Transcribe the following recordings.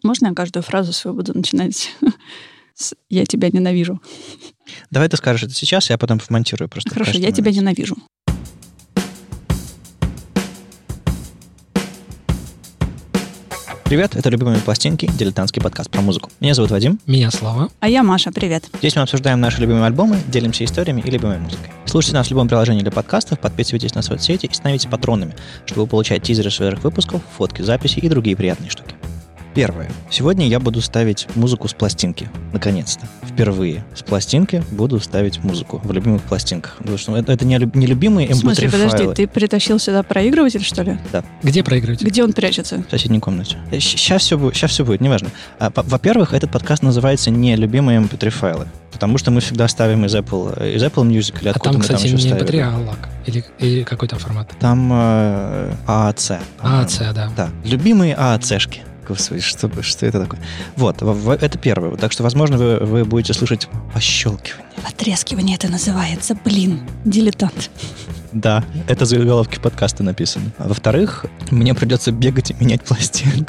Можно я каждую фразу свою буду начинать с «я тебя ненавижу»? Давай ты скажешь это сейчас, я потом вмонтирую просто. Хорошо, я тебя ненавижу. Привет, это «Любимые пластинки», дилетантский подкаст про музыку. Меня зовут Вадим. Меня Слава. А я Маша, привет. Здесь мы обсуждаем наши любимые альбомы, делимся историями и любимой музыкой. Слушайте нас в любом приложении для подкастов, подписывайтесь на соцсети и становитесь патронами, чтобы получать тизеры свежих выпусков, фотки, записи и другие приятные штуки. Первое. Сегодня я буду ставить музыку с пластинки. Наконец-то. Впервые с пластинки буду ставить музыку в любимых пластинках. Потому что это не любимые MP3 В смысле, файлы. подожди, ты притащил сюда проигрыватель, что ли? Да. Где проигрыватель? Где он прячется? В соседней комнате. Сейчас все будет, неважно. Во-первых, этот подкаст называется не «Любимые MP3 файлы», потому что мы всегда ставим из Apple Music или откуда там, мы кстати, там еще не ставили. MP3, а LAC. Или какой там формат? Там AAC. AAC, да. Да. Любимые AAC-шки. Господи, что это такое? Вот, это первое. Так что, возможно, вы будете слышать пощелкивание. Потрескивание это называется. Блин, дилетант. Да, это заголовки подкаста написано. А во-вторых, мне придется бегать и менять пластинку.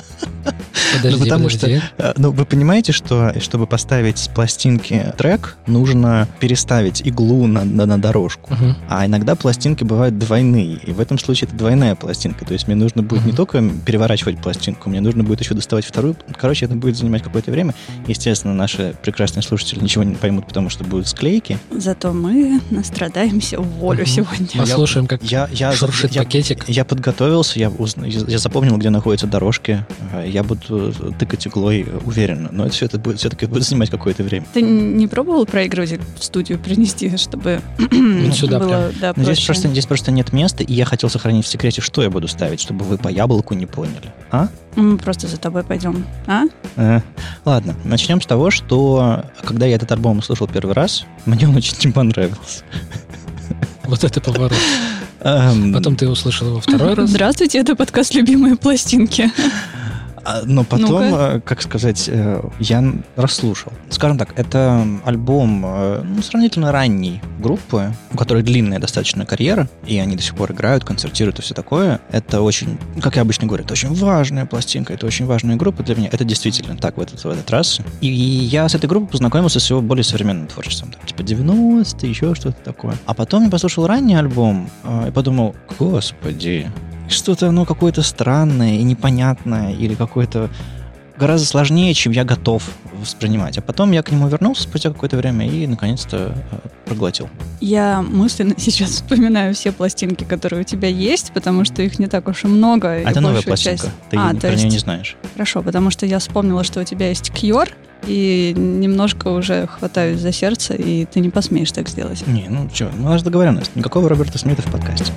Подожди. Что, вы понимаете, что чтобы поставить с пластинки трек, нужно переставить иглу на дорожку. Угу. А иногда пластинки бывают двойные. И в этом случае это двойная пластинка. То есть мне нужно будет не только переворачивать пластинку, мне нужно будет еще доставать вторую. Короче, это будет занимать какое-то время. Естественно, наши прекрасные слушатели ничего не поймут, потому что будут склейки. Зато мы настрадаемся в волю сегодня. Послушаем, как шуршит пакетик. Я подготовился, я запомнил, где находятся дорожки. Я буду тыкать иглой уверенно. Но это все-таки будет занимать какое-то время. Ты не пробовал проигрыватель в студию принести, чтобы сюда было прям. Здесь просто нет места, и я хотел сохранить в секрете, что я буду ставить, чтобы вы по яблоку не поняли. Мы просто за тобой пойдем. Ладно, начнем с того, что когда я этот альбом услышал первый раз, мне он очень не понравился. Вот это поворот. Потом ты услышал его второй раз. Здравствуйте, это подкаст «Любимые пластинки». Но потом, Ну-ка. как сказать, я расслушал. Скажем так, это альбом сравнительно ранней группы, у которой длинная достаточно карьера, и они до сих пор играют, концертируют и все такое. Это очень, как я обычно говорю, это очень важная пластинка, это очень важная группа для меня. Это действительно так в этот раз. И я с этой группой познакомился с его более современным творчеством. Там, типа 90-е, еще что-то такое. А потом я послушал ранний альбом и подумал, господи, что-то оно какое-то странное и непонятное, или какое-то гораздо сложнее, чем я готов воспринимать. А потом я к нему вернулся спустя какое-то время и, наконец-то, проглотил. Я мысленно сейчас вспоминаю все пластинки, которые у тебя есть, потому что их не так уж и много. Это новая пластинка. Ты про нее не знаешь. Хорошо, потому что я вспомнила, что у тебя есть Cure, и немножко уже хватаюсь за сердце, и ты не посмеешь так сделать. Не, у нас договоренность. Никакого Роберта Смита в подкасте.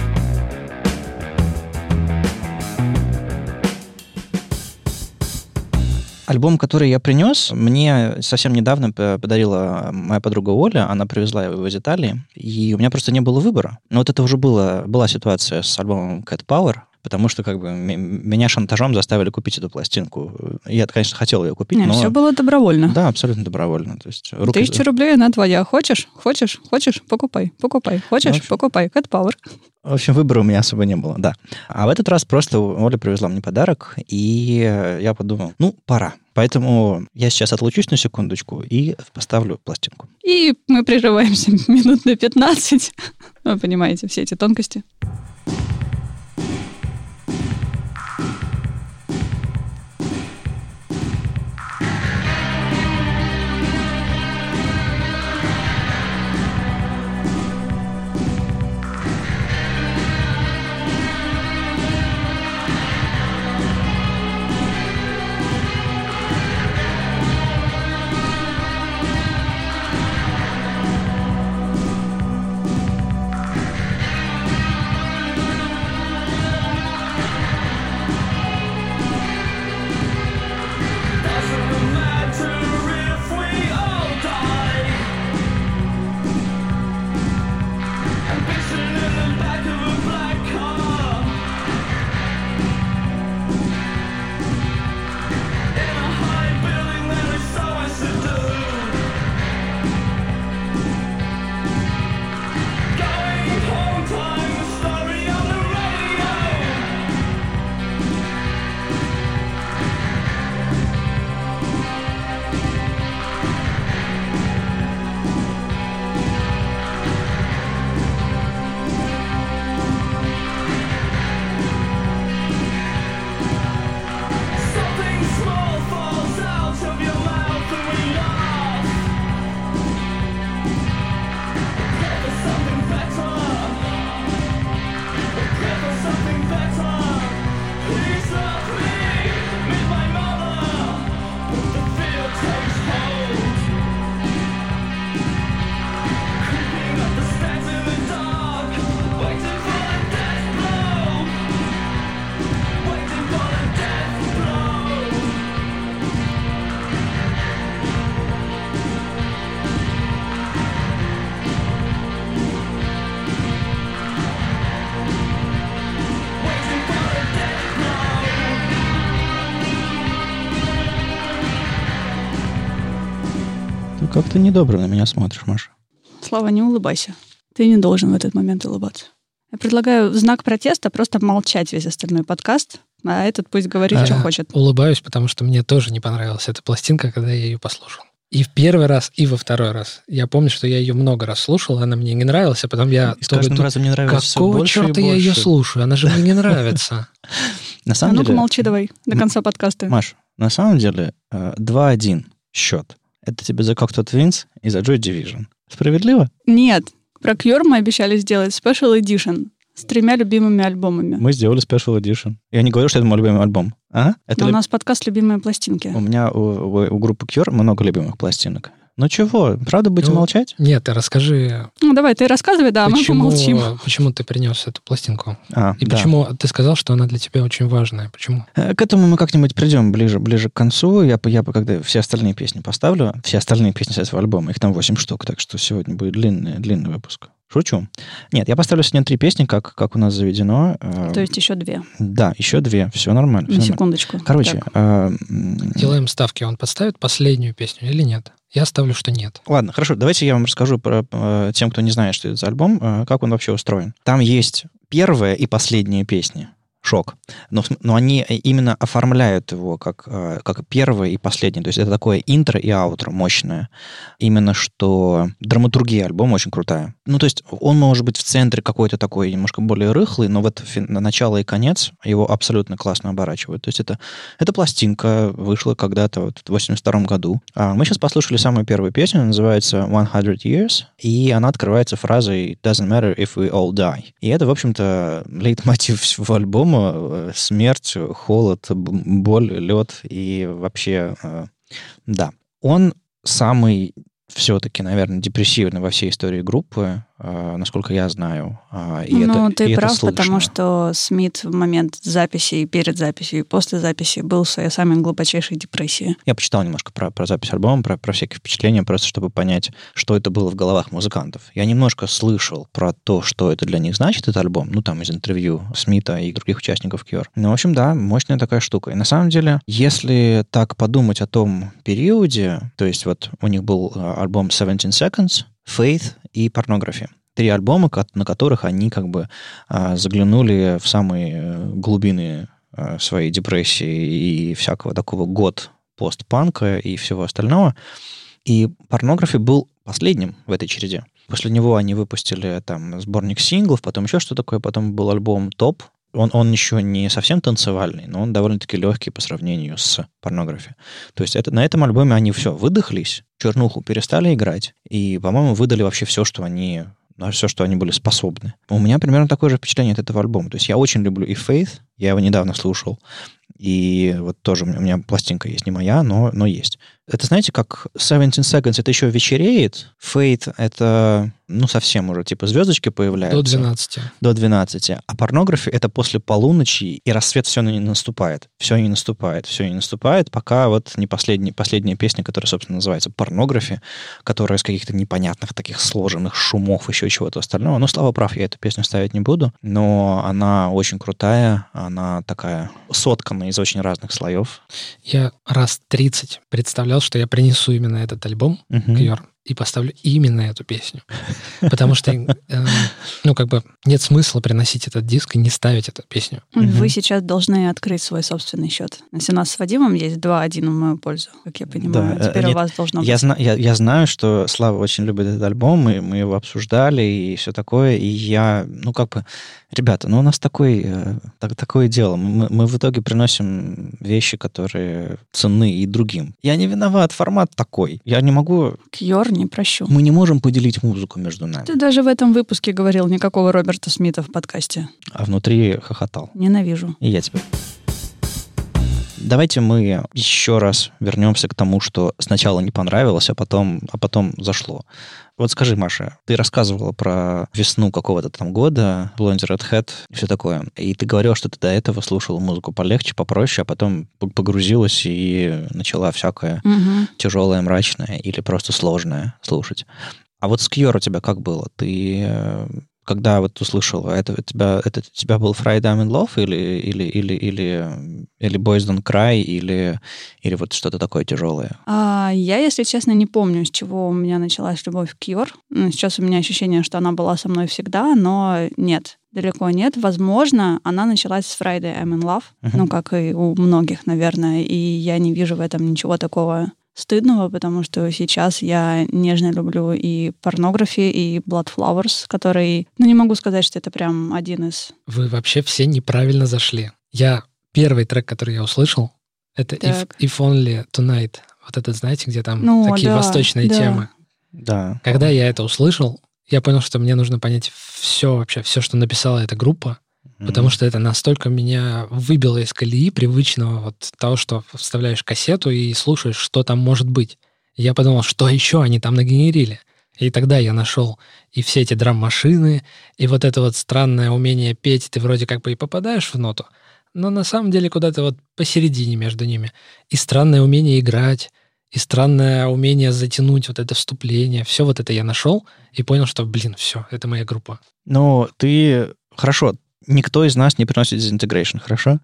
Альбом, который я принес, мне совсем недавно подарила моя подруга Оля. Она привезла его из Италии, и у меня просто не было выбора. Но вот это уже была ситуация с альбомом Cat Power, потому что меня шантажом заставили купить эту пластинку. Я, конечно, хотел ее купить, но... Все было добровольно. Да, абсолютно добровольно. То есть, 1000 рублей, она твоя. Хочешь? Покупай. Хочешь? Покупай. Cat Power. В общем, выбора у меня особо не было, да. А в этот раз просто Оля привезла мне подарок, и я подумал, пора. Поэтому я сейчас отлучусь на секундочку и поставлю пластинку. И мы прерываемся минут на 15. Вы понимаете все эти тонкости. Ты как-то недобро на меня смотришь, Маша. Слава, не улыбайся. Ты не должен в этот момент улыбаться. Я предлагаю в знак протеста просто молчать весь остальной подкаст, а этот пусть говорит, что хочет. Улыбаюсь, потому что мне тоже не понравилась эта пластинка, когда я ее послушал. И в первый раз, и во второй раз. Я помню, что я ее много раз слушал, она мне не нравилась, а потом я... И с каждым разом не нравится все какого больше и черта я больше. ее слушаю? Она же мне не нравится. На самом ну-ка деле... молчи давай до конца подкаста. Маш, на самом деле 2-1 счет. Это тебе за Cocteau Twins и за Joy Division. Справедливо? Нет. Про Cure мы обещали сделать Special Edition с 3 любимыми альбомами. Мы сделали Special Edition. Я не говорю, что это мой любимый альбом. Это у нас подкаст «Любимые пластинки». У меня у группы Cure много любимых пластинок. Ну чего, правда будете молчать? Нет, ты расскажи. Ну давай, ты рассказывай, да, мы помолчим. Почему ты принес эту пластинку? Да. Почему ты сказал, что она для тебя очень важная? Почему? К этому мы как-нибудь придем ближе к концу. Я когда все остальные песни поставлю, все остальные песни с этого альбома, их там 8 штук, так что сегодня будет длинный выпуск. Шучу. Нет, я поставлю сегодня 3 песни, как у нас заведено. То есть еще 2. Да, еще 2. Все нормально. На секундочку. Короче. Делаем ставки. Он подставит последнюю песню или нет? Я ставлю, что нет. Ладно, хорошо. Давайте я вам расскажу про тем, кто не знает, что это за альбом, как он вообще устроен. Там есть первая и последняя песни. Шок. Но они именно оформляют его как первое и последнее. То есть это такое интро и аутро мощное. Именно что драматургия альбома очень крутая. Ну, то есть он может быть в центре какой-то такой немножко более рыхлый, но вот начало и конец его абсолютно классно оборачивают. То есть эта пластинка вышла когда-то в 82 году. Мы сейчас послушали самую первую песню, она называется 100 Years, и она открывается фразой «Doesn't matter if we all die». И это, в общем-то, лейтмотив всего альбома. Смерть, холод, боль, лед и вообще, да. Он самый все-таки, наверное, депрессивный во всей истории группы, насколько я знаю. Ты прав, потому что Смит в момент записи, и перед записью, и после записи был в своей самой глубочайшей депрессии. Я почитал немножко про запись альбома, про всякие впечатления, просто чтобы понять, что это было в головах музыкантов. Я немножко слышал про то, что это для них значит, этот альбом, там из интервью Смита и других участников Cure. Ну, в общем, да, мощная такая штука. И на самом деле, если так подумать о том периоде, то есть вот у них был альбом 17 Seconds, Faith и Pornography. 3 альбома, на которых они как бы заглянули в самые глубины своей депрессии и всякого такого год постпанка и всего остального. И Pornography был последним в этой череде. После него они выпустили там сборник синглов, потом еще что такое, потом был альбом «Топ». Он еще не совсем танцевальный, но он довольно-таки легкий по сравнению с Pornography. То есть на этом альбоме они все, выдохлись, чернуху перестали играть, и, по-моему, выдали вообще все, что они были способны. У меня примерно такое же впечатление от этого альбома. То есть я очень люблю и Faith, я его недавно слушал, и вот тоже у меня пластинка есть, не моя, но есть. Это, знаете, как 17 Seconds, это еще вечереет, Fate — это, совсем уже, типа, звездочки появляются. До 12. А Pornography — это после полуночи, и рассвет все не наступает. Все не наступает, пока вот не последняя песня, которая, собственно, называется Pornography, которая из каких-то непонятных таких сложенных шумов, еще чего-то остального. Но, слава прав, я эту песню ставить не буду, но она очень крутая, она такая сотканная из очень разных слоев. Я раз 30 представлял, что я принесу именно этот альбом Cure и поставлю именно эту песню. Потому что, нет смысла приносить этот диск и не ставить эту песню. Вы сейчас должны открыть свой собственный счет. Если у нас с Вадимом есть 2-1 в мою пользу, как я понимаю, теперь у вас должно быть. Я знаю, что Слава очень любит этот альбом, и мы его обсуждали, и все такое, и я, ребята, у нас такое дело. Мы в итоге приносим вещи, которые ценны и другим. Я не виноват, формат такой. Я не могу... Cure не прощу. Мы не можем поделить музыку между нами. Ты даже в этом выпуске говорил никакого Роберта Смита в подкасте. А внутри хохотал. Ненавижу. И я тебя. Давайте мы еще раз вернемся к тому, что сначала не понравилось, а потом зашло. Вот скажи, Маша, ты рассказывала про весну какого-то там года, Blondie Redhead и все такое. И ты говорила, что ты до этого слушала музыку полегче, попроще, а потом погрузилась и начала всякое тяжелое, мрачное или просто сложное слушать. А вот с Cure у тебя как было? Ты когда вот услышал, это у тебя был Friday I'm in Love или Boys Don't Cry, или вот что-то такое тяжелое? Я, если честно, не помню, с чего у меня началась любовь к Cure. Сейчас у меня ощущение, что она была со мной всегда, но нет, далеко нет. Возможно, она началась с Friday I'm in Love, как и у многих, наверное, и я не вижу в этом ничего такого стыдного, потому что сейчас я нежно люблю и порнографию, и Blood Flowers, который... не могу сказать, что это прям один из... Вы вообще все неправильно зашли. Первый трек, который я услышал, это If Only Tonight. Вот этот, знаете, где там такие восточные темы. Да. Когда я это услышал, я понял, что мне нужно понять все, что написала эта группа, потому что это настолько меня выбило из колеи привычного вот того, что вставляешь кассету и слушаешь, что там может быть. И я подумал, что еще они там нагенерили. И тогда я нашел и все эти драм-машины, и вот это вот странное умение петь, ты вроде как бы и попадаешь в ноту, но на самом деле куда-то вот посередине между ними. И странное умение играть, и странное умение затянуть вот это вступление. Все вот это я нашел и понял, что, все, это моя группа. Ну, ты... Хорошо, никто из нас не приносит Disintegration, хорошо?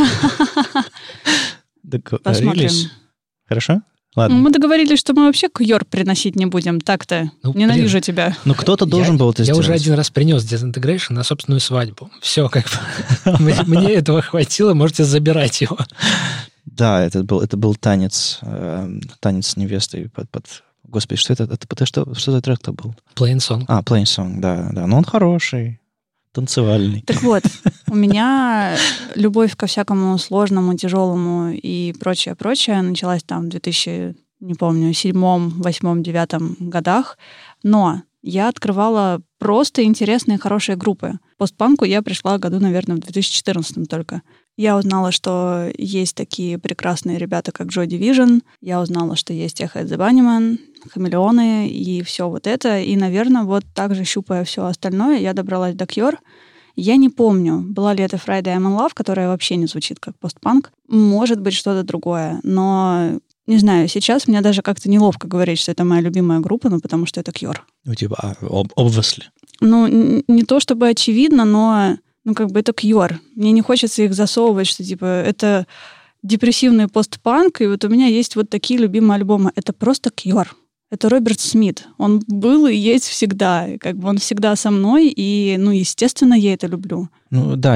Посмотрим. Хорошо? Ладно. Мы договорились, что мы вообще Cure приносить не будем. Так-то. Ненавижу тебя. Ну, кто-то должен был это сделать. Я уже один раз принес Disintegration на собственную свадьбу. Все, как бы. Мне этого хватило, можете забирать его. Да, это был танец с невестой под... Господи, что это? Что за трек-то был? Plain Song. Plain Song, да. Но он хороший, танцевальный. Так вот, у меня любовь ко всякому сложному, тяжелому и прочее началась там в 2000, не помню, 7, 8, 9 годах. Но я открывала просто интересные, хорошие группы. К постпанку я пришла году, наверное, в 2014 только. Я узнала, что есть такие прекрасные ребята, как Joy Division. Я узнала, что есть Echo the Bunnymen, Хамелеоны и все вот это. И, наверное, вот так же, щупая все остальное, я добралась до Cure. Я не помню, была ли это Friday I'm in Love, которая вообще не звучит как постпанк. Может быть, что-то другое. Но, не знаю, сейчас мне даже как-то неловко говорить, что это моя любимая группа, потому что это Cure. Obviously. Не то чтобы очевидно, но... это Cure. Мне не хочется их засовывать, что, это депрессивный постпанк, и вот у меня есть вот такие любимые альбомы. Это просто Cure. Это Роберт Смит. Он был и есть всегда. Он всегда со мной, и, естественно, я это люблю. Да,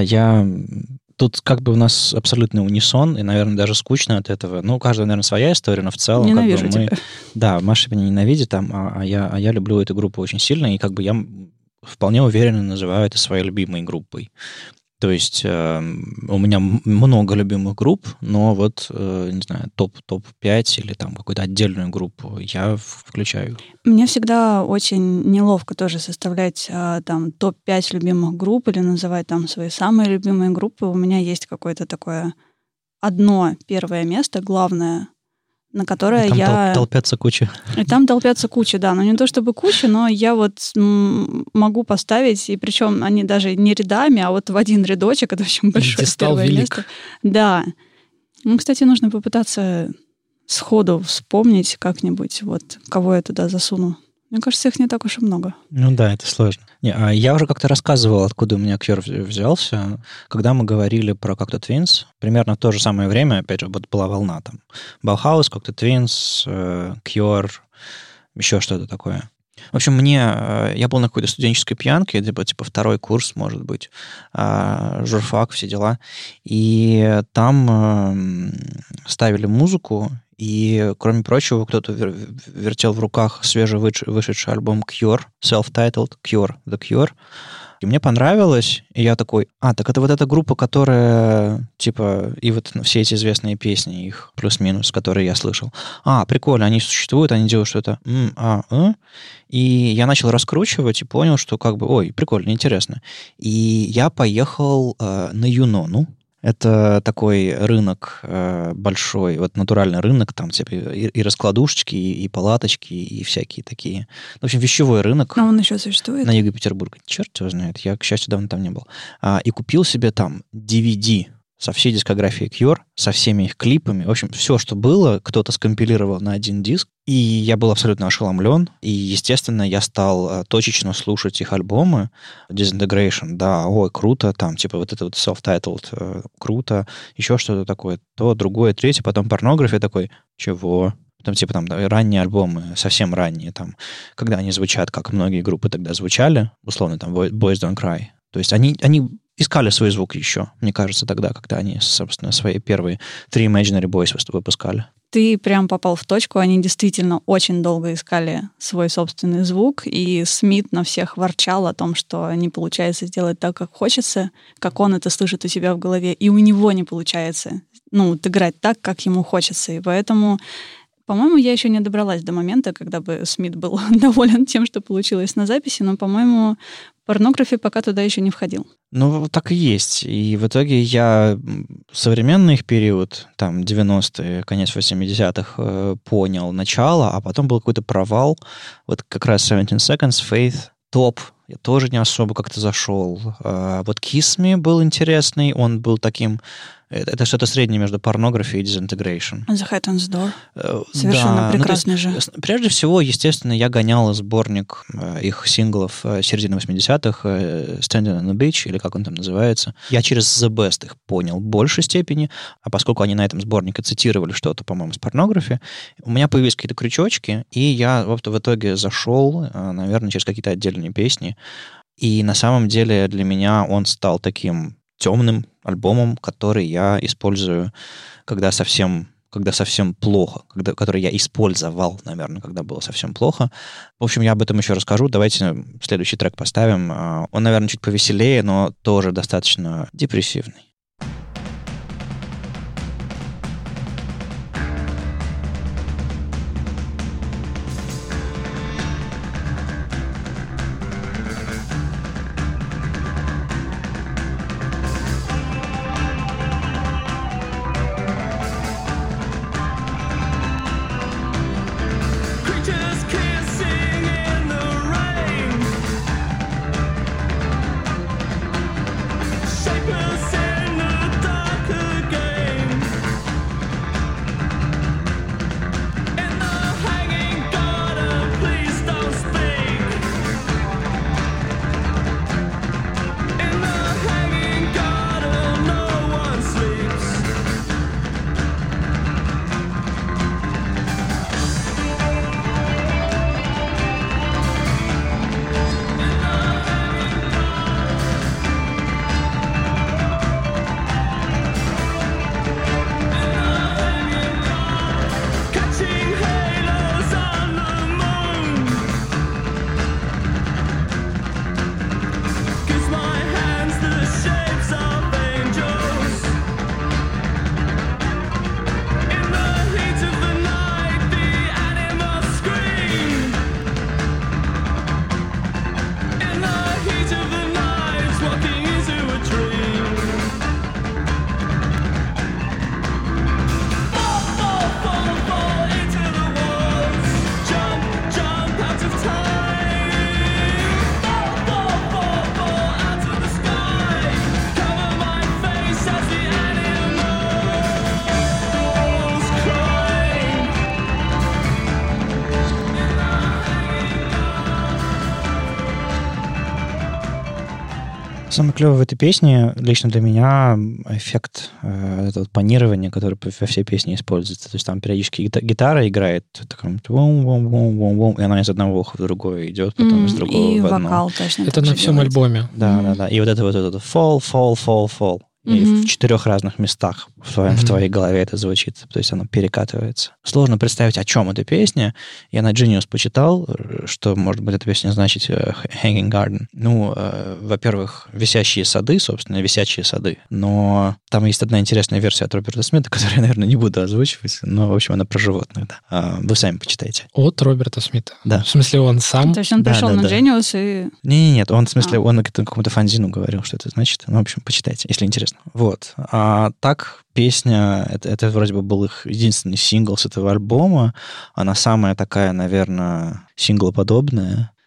Тут у нас абсолютный унисон, и, наверное, даже скучно от этого. У каждого, наверное, своя история, но в целом... Ненавижу тебя. Да, Маша меня ненавидит, а я люблю эту группу очень сильно, и я вполне уверенно называю это своей любимой группой. То есть у меня много любимых групп, но не знаю, топ-5 или там какую-то отдельную группу я включаю. Мне всегда очень неловко тоже составлять там топ-5 любимых групп или называть там свои самые любимые группы. У меня есть какое-то такое одно первое место, главное, на которое там толпятся куча. И там толпятся куча, да. Но не то чтобы куча, но я могу поставить, и причем они даже не рядами, а вот в один рядочек, это очень большое первое место. Да. Кстати, нужно попытаться сходу вспомнить как-нибудь, кого я туда засуну. Мне кажется, их не так уж и много. Да, это сложно. Я уже как-то рассказывал, откуда у меня Cure взялся. Когда мы говорили про Cocteau Twins, примерно в то же самое время, опять же, была волна там. Bauhaus, Cocteau Twins, Cure, еще что-то такое. В общем, я был на какой-то студенческой пьянке, типа второй курс, может быть, журфак, все дела. И там ставили музыку, и, кроме прочего, кто-то вертел в руках свежевышедший альбом Cure, self-titled Cure, The Cure. И мне понравилось, и я такой, так это вот эта группа, которая, и вот все эти известные песни, их плюс-минус, которые я слышал. Прикольно, они существуют, они делают что-то. И я начал раскручивать и понял, что прикольно, интересно. И я поехал на Юнону. Это такой рынок большой, натуральный рынок, там и раскладушечки, и палаточки, и всякие такие. В общем, вещевой рынок. А он еще существует? На юге Петербурга. Черт его знает, я, к счастью, давно там не был. И купил себе там DVD со всей дискографией Cure, со всеми их клипами. В общем, все, что было, кто-то скомпилировал на один диск. И я был абсолютно ошеломлен. И, естественно, я стал точечно слушать их альбомы. Disintegration, да, ой, круто. Там, типа, вот это вот self-titled, круто. Еще что-то такое. То, другое, третье. Потом Pornography такой, чего? Там, типа, там, ранние альбомы, совсем ранние, там, когда они звучат, как многие группы тогда звучали, условно, там, Boys Don't Cry. То есть они искали свой звук еще, мне кажется, тогда, когда они, собственно, свои первые Three Imaginary Boys выпускали. Ты прям попал в точку. Они действительно очень долго искали свой собственный звук, и Смит на всех ворчал о том, что не получается сделать так, как хочется, как он это слышит у себя в голове, и у него не получается, играть так, как ему хочется. И поэтому, по-моему, я еще не добралась до момента, когда бы Смит был доволен тем, что получилось на записи, но, по-моему, Pornography пока туда еще не входил. Ну, так и есть. И в итоге я современный их период, там, 90-е, конец 80-х, понял начало, а потом был какой-то провал. Вот как раз 17 Seconds, Faith, Top, я тоже не особо как-то зашел. Вот Kiss Me был интересный, он был таким... Это что-то среднее между Pornography и Disintegration. The Heaven's Door. Совершенно прекрасный же. Прежде всего, естественно, я гонял сборник их синглов середины 80-х, Standing on the Beach, или как он там называется. Я через The Best их понял в большей степени, а поскольку они на этом сборнике цитировали что-то, по-моему, с Pornography, у меня появились какие-то крючочки, и я в итоге зашел, наверное, через какие-то отдельные песни. И на самом деле для меня он стал таким темным альбомом, который я использую, когда совсем плохо, который я использовал, наверное, когда было совсем плохо. В общем, я об этом еще расскажу. Давайте следующий трек поставим. Он, наверное, чуть повеселее, но тоже достаточно депрессивный. Самое клевое в этой песне, лично для меня, эффект этого панирования, который во всей песне используется. То есть там периодически гитара играет, таком, и она из одного уха в другое идет, потом из другого и в одно. Вокал точно. Это на всем альбоме. Да. И вот это fall. И в 4 разных местах в твоей голове это звучит. То есть оно перекатывается. Сложно представить, о чем эта песня. Я на Genius почитал, что, может быть, эта песня значит Hanging Garden. Во-первых, висящие сады, собственно, висячие сады. Но там есть одна интересная версия от Роберта Смита, которую я, наверное, не буду озвучивать. Но, в общем, она про животных, да. Вы сами почитайте. От Роберта Смита? Да. В смысле, он сам? То есть он пришел на Genius и... Нет, он, в смысле, он какому-то фанзину говорил, что это значит. В общем, почитайте, если интересно. Вот. А так, песня, это вроде бы был их единственный сингл с этого альбома. Она самая такая, наверное, синглоподобная.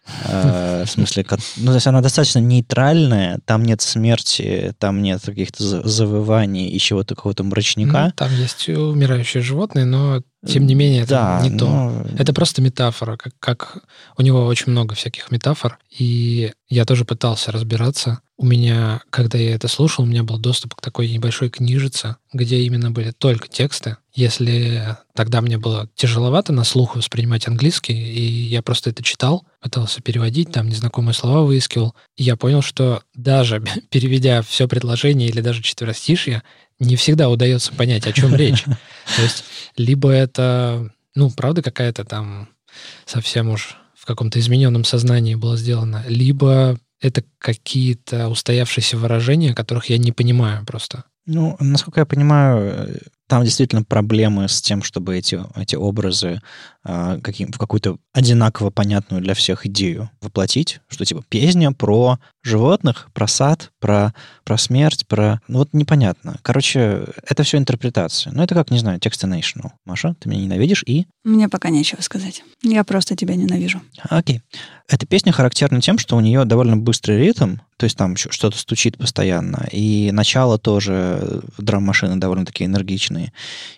В смысле, ну, то есть она достаточно нейтральная, там нет смерти, там нет каких-то завываний и чего-то, какого-то мрачника. Ну, там есть умирающие животные, но тем не менее это не то. Это просто метафора, как у него очень много всяких метафор, и я тоже пытался разбираться. У меня, когда я это слушал, у меня был доступ к такой небольшой книжице, где именно были только тексты. Если тогда мне было тяжеловато на слух воспринимать английский, и я просто это читал, пытался переводить, там незнакомые слова выискивал, и я понял, что даже переведя все предложение или даже четверостишье, не всегда удается понять, о чем речь. То есть либо это, ну, правда, какая-то там совсем уж в каком-то измененном сознании было сделано, либо это какие-то устоявшиеся выражения, которых я не понимаю просто. Ну, насколько я понимаю, там действительно проблемы с тем, чтобы эти образы в какую-то одинаково понятную для всех идею воплотить, что типа песня про животных, про сад, про смерть, ну вот непонятно. Короче, это все интерпретация. Ну это как, не знаю, Textinational. Маша, ты меня ненавидишь и... Мне пока нечего сказать. Я просто тебя ненавижу. Окей. Эта песня характерна тем, что у нее довольно быстрый ритм, то есть там что-то стучит постоянно, и начало тоже драм-машины довольно-таки энергичные.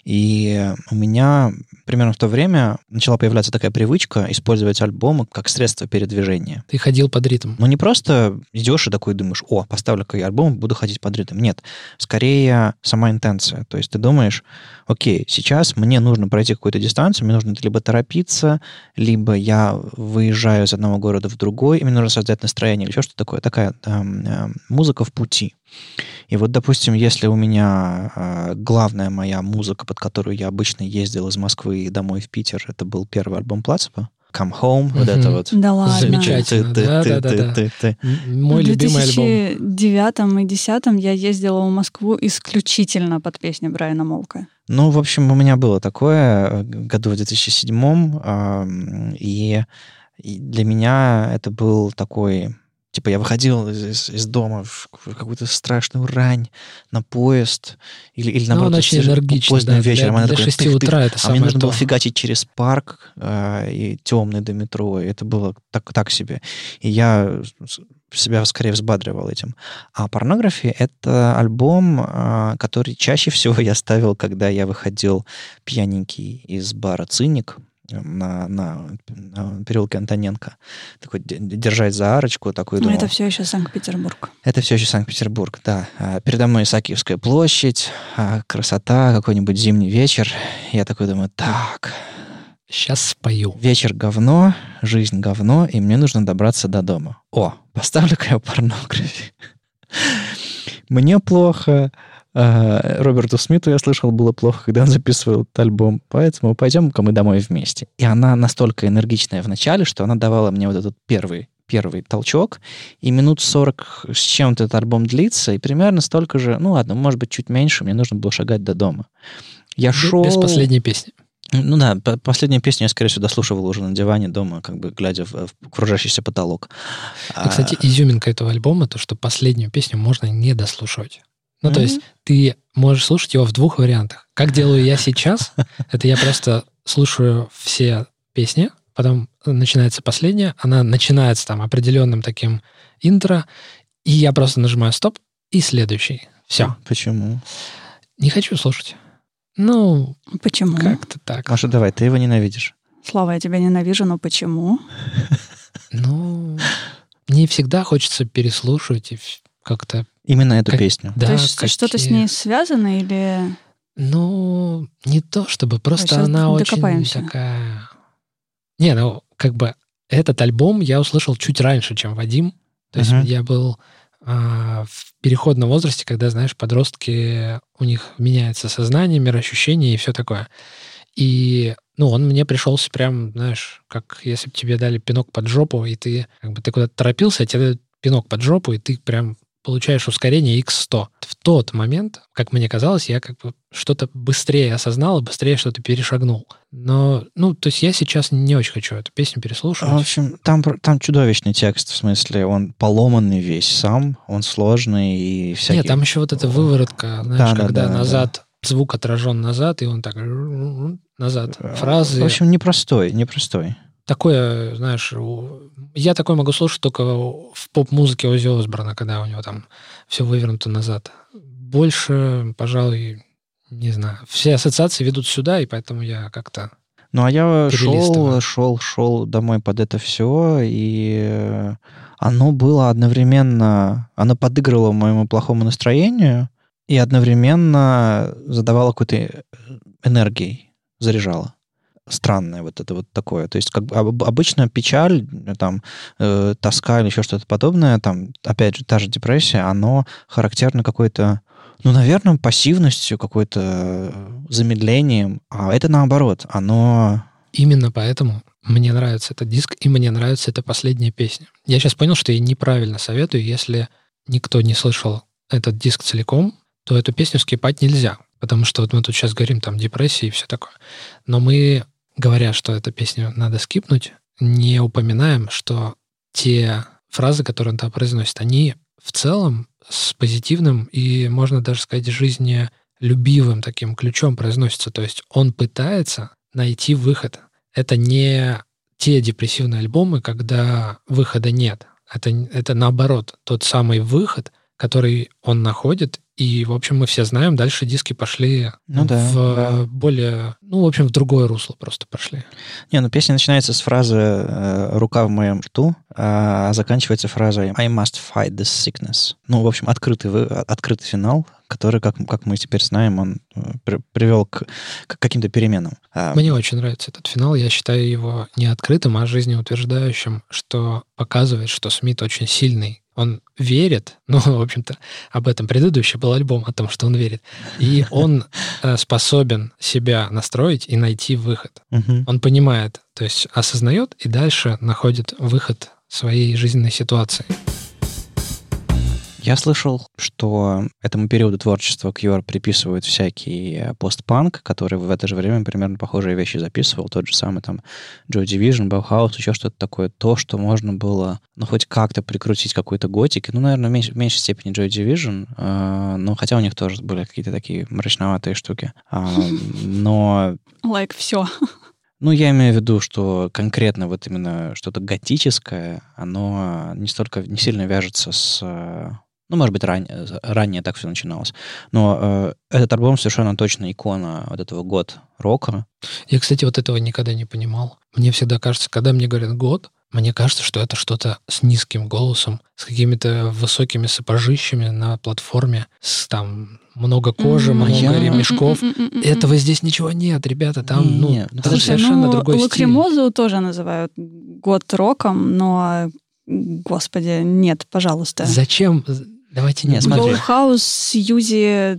И у меня примерно в то время начала появляться такая привычка использовать альбомы как средство передвижения. Ты ходил под ритм? Ну, не просто идешь и такой думаешь, поставлю-ка я альбом, буду ходить под ритм. Нет, скорее сама интенция. То есть ты думаешь, окей, сейчас мне нужно пройти какую-то дистанцию, мне нужно либо торопиться, либо я выезжаю из одного города в другой, и мне нужно создать настроение, или еще что-то такое. Такая музыка в пути. И вот, допустим, если у меня главная моя музыка, под которую я обычно ездил из Москвы домой в Питер, это был первый альбом Плацепа, Come Home, вот это вот. Да ладно. Замечательно, да. Мой любимый альбом. В 2009 и 2010 я ездила в Москву исключительно под песни Брайана Молка. Ну, в общем, у меня было такое году в 2007, и для меня это был такой... Типа я выходил из дома в какую-то страшную рань на поезд или наоборот, очень энергично, поздним вечером. Для 6 утра это самое мне нужно то. было фигачить через парк и темный до метро. И это было так себе. И я себя скорее взбадривал этим. А Pornography — это альбом, который чаще всего я ставил, когда я выходил пьяненький из бара «Циник», на переулке Антоненко. Такой держать за арочку. Такой, думал, это все еще Санкт-Петербург. Это все еще Санкт-Петербург, да. Передо мной Исаакиевская площадь, красота, какой-нибудь зимний вечер. Я такой думаю, так... Сейчас спою. Вечер говно, жизнь говно, и мне нужно добраться до дома. Поставлю-ка я Pornography. Мне плохо... Роберту Смиту, я слышал, было плохо, когда он записывал этот альбом. Поэтому пойдем-ка мы домой вместе. И она настолько энергичная в начале, что она давала мне вот этот первый толчок. И минут 40 с чем-то этот альбом длится, и примерно столько же, ну ладно, может быть, чуть меньше, мне нужно было шагать до дома. Я шел... Без последней песни. Ну да, последнюю песню я, скорее всего, дослушивал уже на диване дома, как бы глядя в кружащийся потолок. Кстати, изюминка этого альбома, то, что последнюю песню можно не дослушивать. Ну, то есть ты можешь слушать его в двух вариантах. Как делаю я сейчас, это я просто слушаю все песни, потом начинается последняя, она начинается там определенным таким интро, и я просто нажимаю стоп, и следующий. Все. Почему? Не хочу слушать. Ну, почему? Как-то так. Маша, давай, ты его ненавидишь. Слава, я тебя ненавижу, но почему? Ну, мне всегда хочется переслушивать и как-то... Именно эту песню. Да, то есть что-то с ней связано или... Ну, не то чтобы, просто она очень такая... Не, ну, как бы этот альбом я услышал чуть раньше, чем Вадим. То есть я был в переходном возрасте, когда, знаешь, подростки, у них меняется сознание, мироощущение и все такое. И, ну, он мне пришелся прям, знаешь, как если бы тебе дали пинок под жопу, и ты куда-то торопился, а тебе дают пинок под жопу, и ты прям получаешь ускорение x100. В тот момент, как мне казалось, я как бы что-то быстрее осознал и быстрее что-то перешагнул. Но, ну, то есть я сейчас не очень хочу эту песню переслушивать. В общем, там чудовищный текст, в смысле, он поломанный весь сам, он сложный и всякий... Нет, там еще вот эта выворотка, знаешь, когда назад, звук отражен назад, и он так назад. Фразы... В общем, непростой. такое, знаешь, я такое могу слушать только в поп-музыке Оззи Осборна, когда у него там все вывернуто назад. Больше, пожалуй, не знаю. Все ассоциации ведут сюда, и поэтому я как-то... Ну, а я шел домой под это все, и оно было одновременно... Оно подыгрывало моему плохому настроению и одновременно задавало какой-то энергией, заряжало. Странное вот это вот такое. То есть как бы обычно печаль, там, тоска или еще что-то подобное, там, опять же, та же депрессия, оно характерно какой-то, ну, наверное, пассивностью, какой-то замедлением, а это наоборот, оно... Именно поэтому мне нравится этот диск, и мне нравится эта последняя песня. Я сейчас понял, что я неправильно советую, если никто не слышал этот диск целиком, то эту песню скипать нельзя, потому что вот мы тут сейчас говорим там депрессия и все такое. Но мы, говоря, что эту песню надо скипнуть, не упоминаем, что те фразы, которые он там произносит, они в целом с позитивным и, можно даже сказать, жизнелюбивым таким ключом произносятся. То есть он пытается найти выход. Это не те депрессивные альбомы, когда выхода нет. Это наоборот, тот самый выход, который он находит. И, в общем, мы все знаем, дальше диски пошли более... Ну, в общем, в другое русло просто пошли. Не, ну песня начинается с фразы «рука в моем рту», а заканчивается фразой «I must fight this sickness». Ну, в общем, открытый финал, который, как мы теперь знаем, он привел к каким-то переменам. Мне очень нравится этот финал. Я считаю его не открытым, а жизнеутверждающим, что показывает, что Смит очень сильный. Он верит, ну, в общем-то, об этом предыдущий был альбом, о том, что он верит, и он способен себя настроить и найти выход. Он понимает, то есть осознает и дальше находит выход своей жизненной ситуации. Я слышал, что этому периоду творчества Cure приписывают всякий постпанк, который в это же время примерно похожие вещи записывал. Тот же самый там Joy Division, Bauhaus, еще что-то такое. То, что можно было, ну, хоть как-то прикрутить какой-то готики. Ну, наверное, в меньшей степени Joy Division, но хотя у них тоже были какие-то такие мрачноватые штуки. Но... все. Ну, я имею в виду, что конкретно вот именно что-то готическое, оно не сильно вяжется с... Ну, может быть, ранее так все начиналось. Но этот альбом совершенно точно икона вот этого гот-рока. Я, кстати, вот этого никогда не понимал. Мне всегда кажется, когда мне говорят «гот», мне кажется, что это что-то с низким голосом, с какими-то высокими сапожищами на платформе, с там много кожи, много ремешков. Этого здесь ничего нет, ребята. Там, там совершенно другой стиль. Лакримозу тоже называют гот-роком, но, господи, нет, пожалуйста. Зачем? Давайте не смотреть. Bauhaus, Сьюзи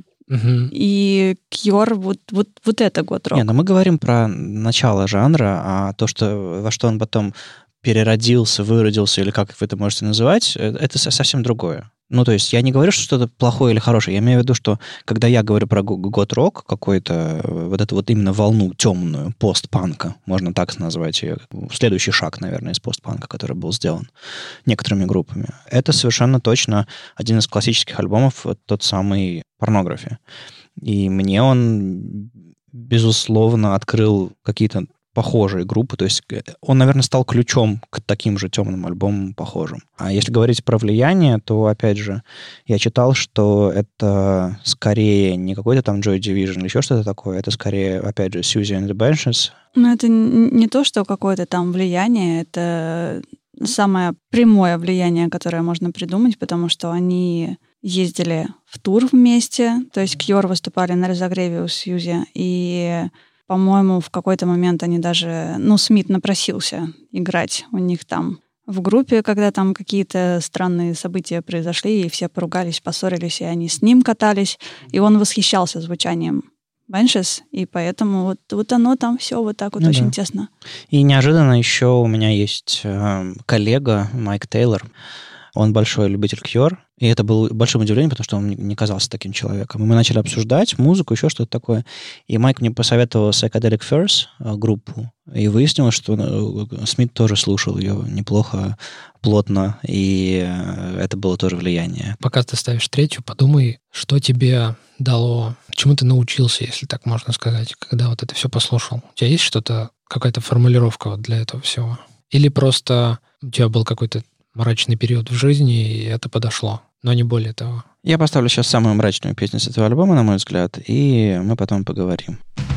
и Cure, вот это гот-рок. Не, но мы говорим про начало жанра, а то, во что он потом переродился, выродился, или как вы это можете называть, это совсем другое. Ну, то есть я не говорю, что что-то плохое или хорошее. Я имею в виду, что когда я говорю про гот-рок, какой-то вот эту вот именно волну темную постпанка, можно так назвать ее, следующий шаг, наверное, из постпанка, который был сделан некоторыми группами, это совершенно точно один из классических альбомов, вот тот самый «Порнография». И мне он, безусловно, открыл какие-то похожие группы, то есть он, наверное, стал ключом к таким же темным альбомам похожим. А если говорить про влияние, то, опять же, я читал, что это скорее не какой-то там Joy Division или еще что-то такое, это скорее, опять же, Siouxsie and the Banshees. Но это не то, что какое-то там влияние, это самое прямое влияние, которое можно придумать, потому что они ездили в тур вместе, то есть Cure выступали на разогреве у Siouxsie, и по-моему, в какой-то момент они даже... Ну, Смит напросился играть у них там в группе, когда там какие-то странные события произошли, и все поругались, поссорились, и они с ним катались, и он восхищался звучанием Banshees, и поэтому вот оно там все вот так вот очень тесно. И неожиданно еще у меня есть коллега Майк Тейлор. Он большой любитель Cure, и это было большим удивлением, потому что он не казался таким человеком. И мы начали обсуждать музыку, еще что-то такое. И Майк мне посоветовал Psychedelic Furs группу, и выяснилось, что Смит тоже слушал ее неплохо, плотно, и это было тоже влияние. Пока ты ставишь третью, подумай, что тебе дало, чему ты научился, если так можно сказать, когда вот это все послушал. У тебя есть что-то, какая-то формулировка вот для этого всего? Или просто у тебя был какой-то мрачный период в жизни, и это подошло, но не более того? Я поставлю сейчас самую мрачную песню с этого альбома, на мой взгляд, и мы потом поговорим.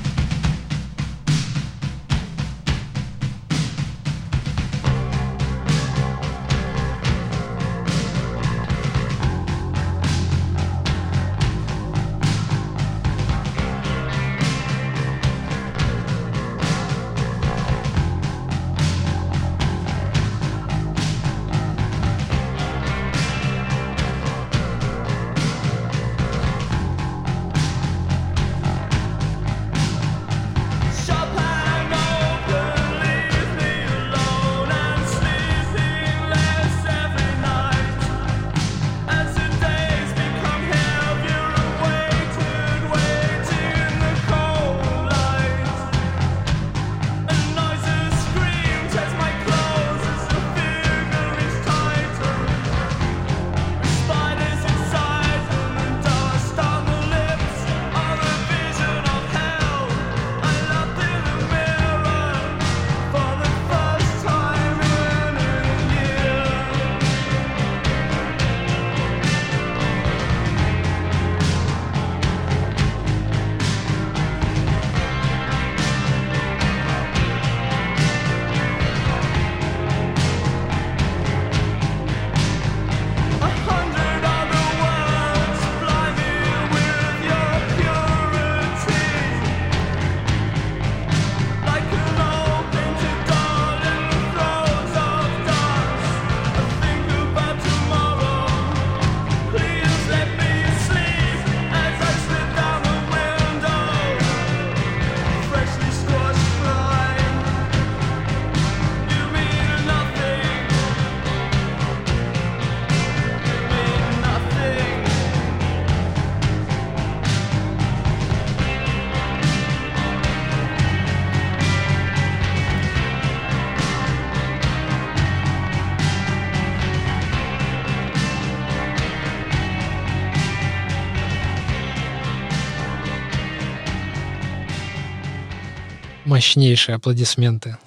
Мощнейшие аплодисменты.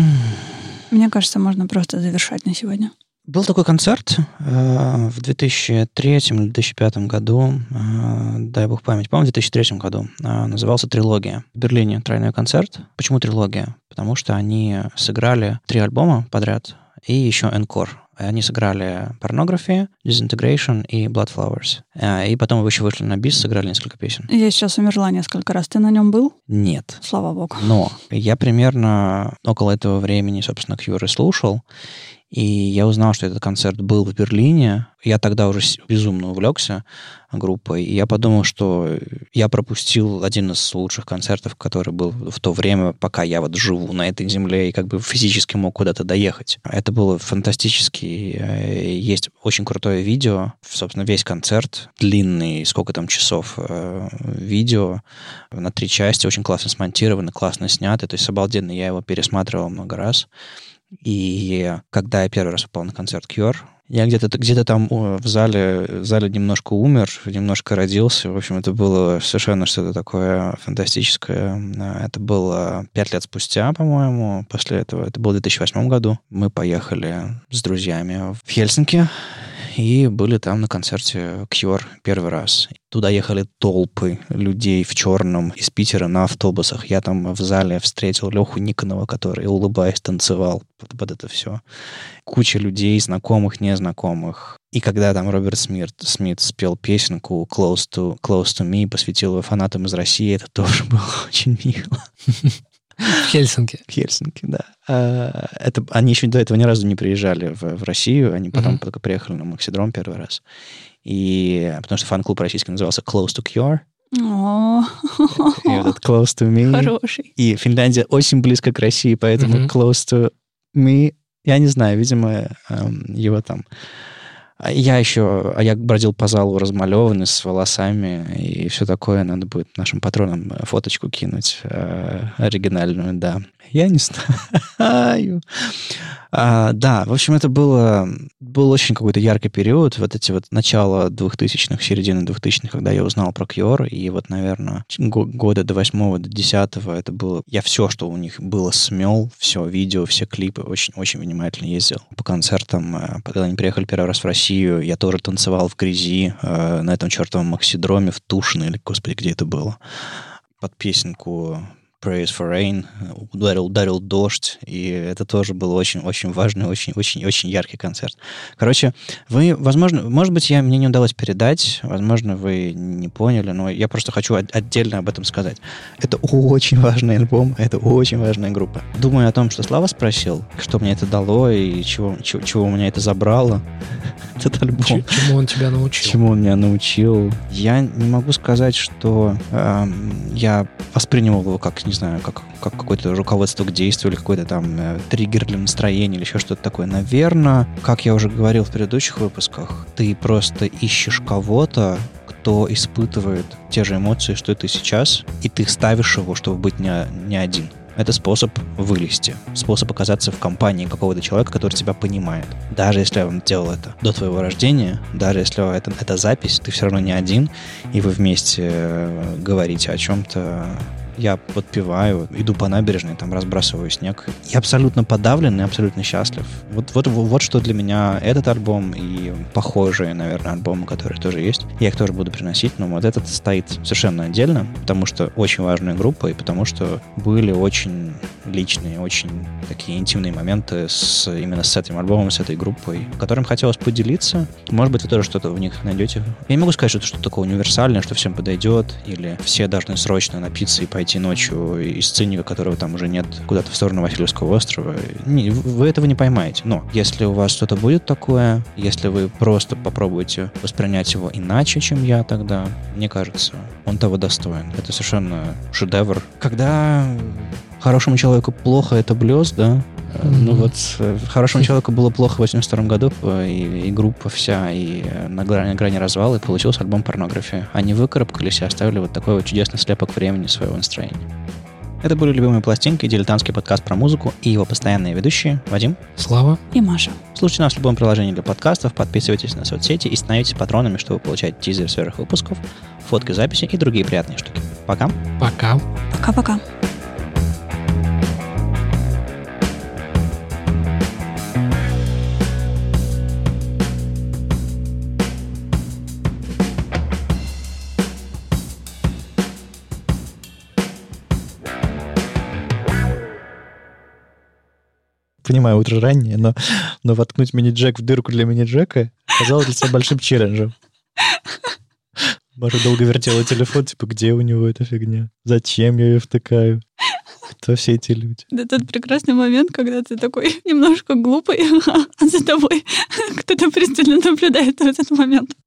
Мне кажется, можно просто завершать на сегодня. Был такой концерт в 2003 или 2005 году, дай бог память, по-моему, в 2003 году, назывался «Трилогия». В Берлине тройной концерт. Почему «Трилогия»? Потому что они сыграли 3 альбома подряд и еще «Encore». Они сыграли Pornography, Disintegration и Blood Flowers. И потом еще вышли на бис, сыграли несколько песен. Я сейчас умерла несколько раз. Ты на нем был? Нет. Слава богу. Но я примерно около этого времени, собственно, Cure и слушал. И я узнал, что этот концерт был в Берлине. Я тогда уже безумно увлекся группой. И я подумал, что я пропустил один из лучших концертов, который был в то время, пока я вот живу на этой земле и как бы физически мог куда-то доехать. Это было фантастически. Есть очень крутое видео. Собственно, весь концерт, длинный, сколько там часов видео, на 3 части, очень классно смонтировано, классно снято. То есть обалденно, я его пересматривал много раз. И когда я первый раз попал на концерт Cure, я где-то там в зале немножко умер, немножко родился. В общем, это было совершенно что-то такое фантастическое. Это было 5 лет спустя, по-моему, после этого. Это было в 2008 году. Мы поехали с друзьями в Хельсинки и были там на концерте Cure первый раз. Туда ехали толпы людей в черном из Питера на автобусах. Я там в зале встретил Леху Никонова, который, улыбаясь, танцевал под это все. Куча людей, знакомых, незнакомых. И когда там Роберт Смит спел песенку «Close to Me», посвятил ее фанатам из России, это тоже было очень мило. В Хельсинки. В Хельсинки, да. Они еще до этого ни разу не приезжали в Россию, они потом только приехали на Максидром первый раз. И потому что фан-клуб российский назывался «Close to Cure». И этот «Close to Me». Хороший. И Финляндия очень близко к России, поэтому «Close to Me», я не знаю, видимо, его там... Я бродил по залу размалеванный, с волосами и все такое. Надо будет нашим патронам фоточку кинуть оригинальную, да. Я не знаю. Да, в общем, это был очень какой-то яркий период, вот эти вот начало 2000-х, середина 2000-х, когда я узнал про Cure, и вот, наверное, года до 8-го, до 10-го это было... Я все, что у них было, смел, все видео, все клипы, очень-очень внимательно ездил по концертам. Когда они приехали первый раз в Россию, я тоже танцевал в грязи на этом чертовом Максидроме в Тушино, или, господи, где это было, под песенку Praise for Rain, ударил дождь, и это тоже был очень-очень важный, очень-очень яркий концерт. Короче, вы, возможно, может быть, мне не удалось передать, возможно, вы не поняли, но я просто хочу отдельно об этом сказать. Это очень важный альбом, это очень важная группа. Думаю о том, что Слава спросил, что мне это дало и чего у меня это забрало, этот альбом. Чему он тебя научил? Чему он меня научил. Я не могу сказать, что я воспринимал его как, не знаю, как какое-то руководство к действию или какой-то там триггер для настроения или еще что-то такое. Наверное, как я уже говорил в предыдущих выпусках, ты просто ищешь кого-то, кто испытывает те же эмоции, что и ты сейчас, и ты ставишь его, чтобы быть не один. Это способ вылезти, способ оказаться в компании какого-то человека, который тебя понимает. Даже если он делал это до твоего рождения, даже если это запись, ты все равно не один, и вы вместе говорите о чем-то. Я подпеваю, иду по набережной, там разбрасываю снег. Я абсолютно подавлен и абсолютно счастлив. Вот что для меня этот альбом и похожие, наверное, альбомы, которые тоже есть. Я их тоже буду приносить, но вот этот стоит совершенно отдельно, потому что очень важная группа и потому что были очень личные, очень такие интимные моменты именно с этим альбомом, с этой группой, которым хотелось поделиться. Может быть, вы тоже что-то в них найдете. Я не могу сказать, что это что-то такое универсальное, что всем подойдет, или все должны срочно напиться и пойти ночью из цинника, которого там уже нет, куда-то в сторону Васильевского острова. Вы этого не поймаете. Но если у вас что-то будет такое, если вы просто попробуете воспринять его иначе, чем я тогда, мне кажется, он того достоин. Это совершенно шедевр. Когда хорошему человеку плохо, это блёз, да? Ну вот, хорошему человеку было плохо в 82 году, и группа вся, и на грани развала, и получился альбом «Порнография». Они выкарабкались и оставили вот такой вот чудесный слепок времени своего настроения. Это были «Любимые пластинки», дилетантский подкаст про музыку, и его постоянные ведущие Вадим, Слава и Маша. Слушайте нас в любом приложении для подкастов, подписывайтесь на соцсети и становитесь патронами, чтобы получать тизеры свежих выпусков, фотки, записи и другие приятные штуки. Пока. Пока. Пока-пока. Понимаю, утро раннее, но воткнуть мини-джек в дырку для мини-джека оказалось для себя большим челленджем. Маша долго вертела телефон, типа, где у него эта фигня? Зачем я ее втыкаю? Кто все эти люди? Это тот прекрасный момент, когда ты такой немножко глупый, а за тобой кто-то пристально наблюдает в этот момент.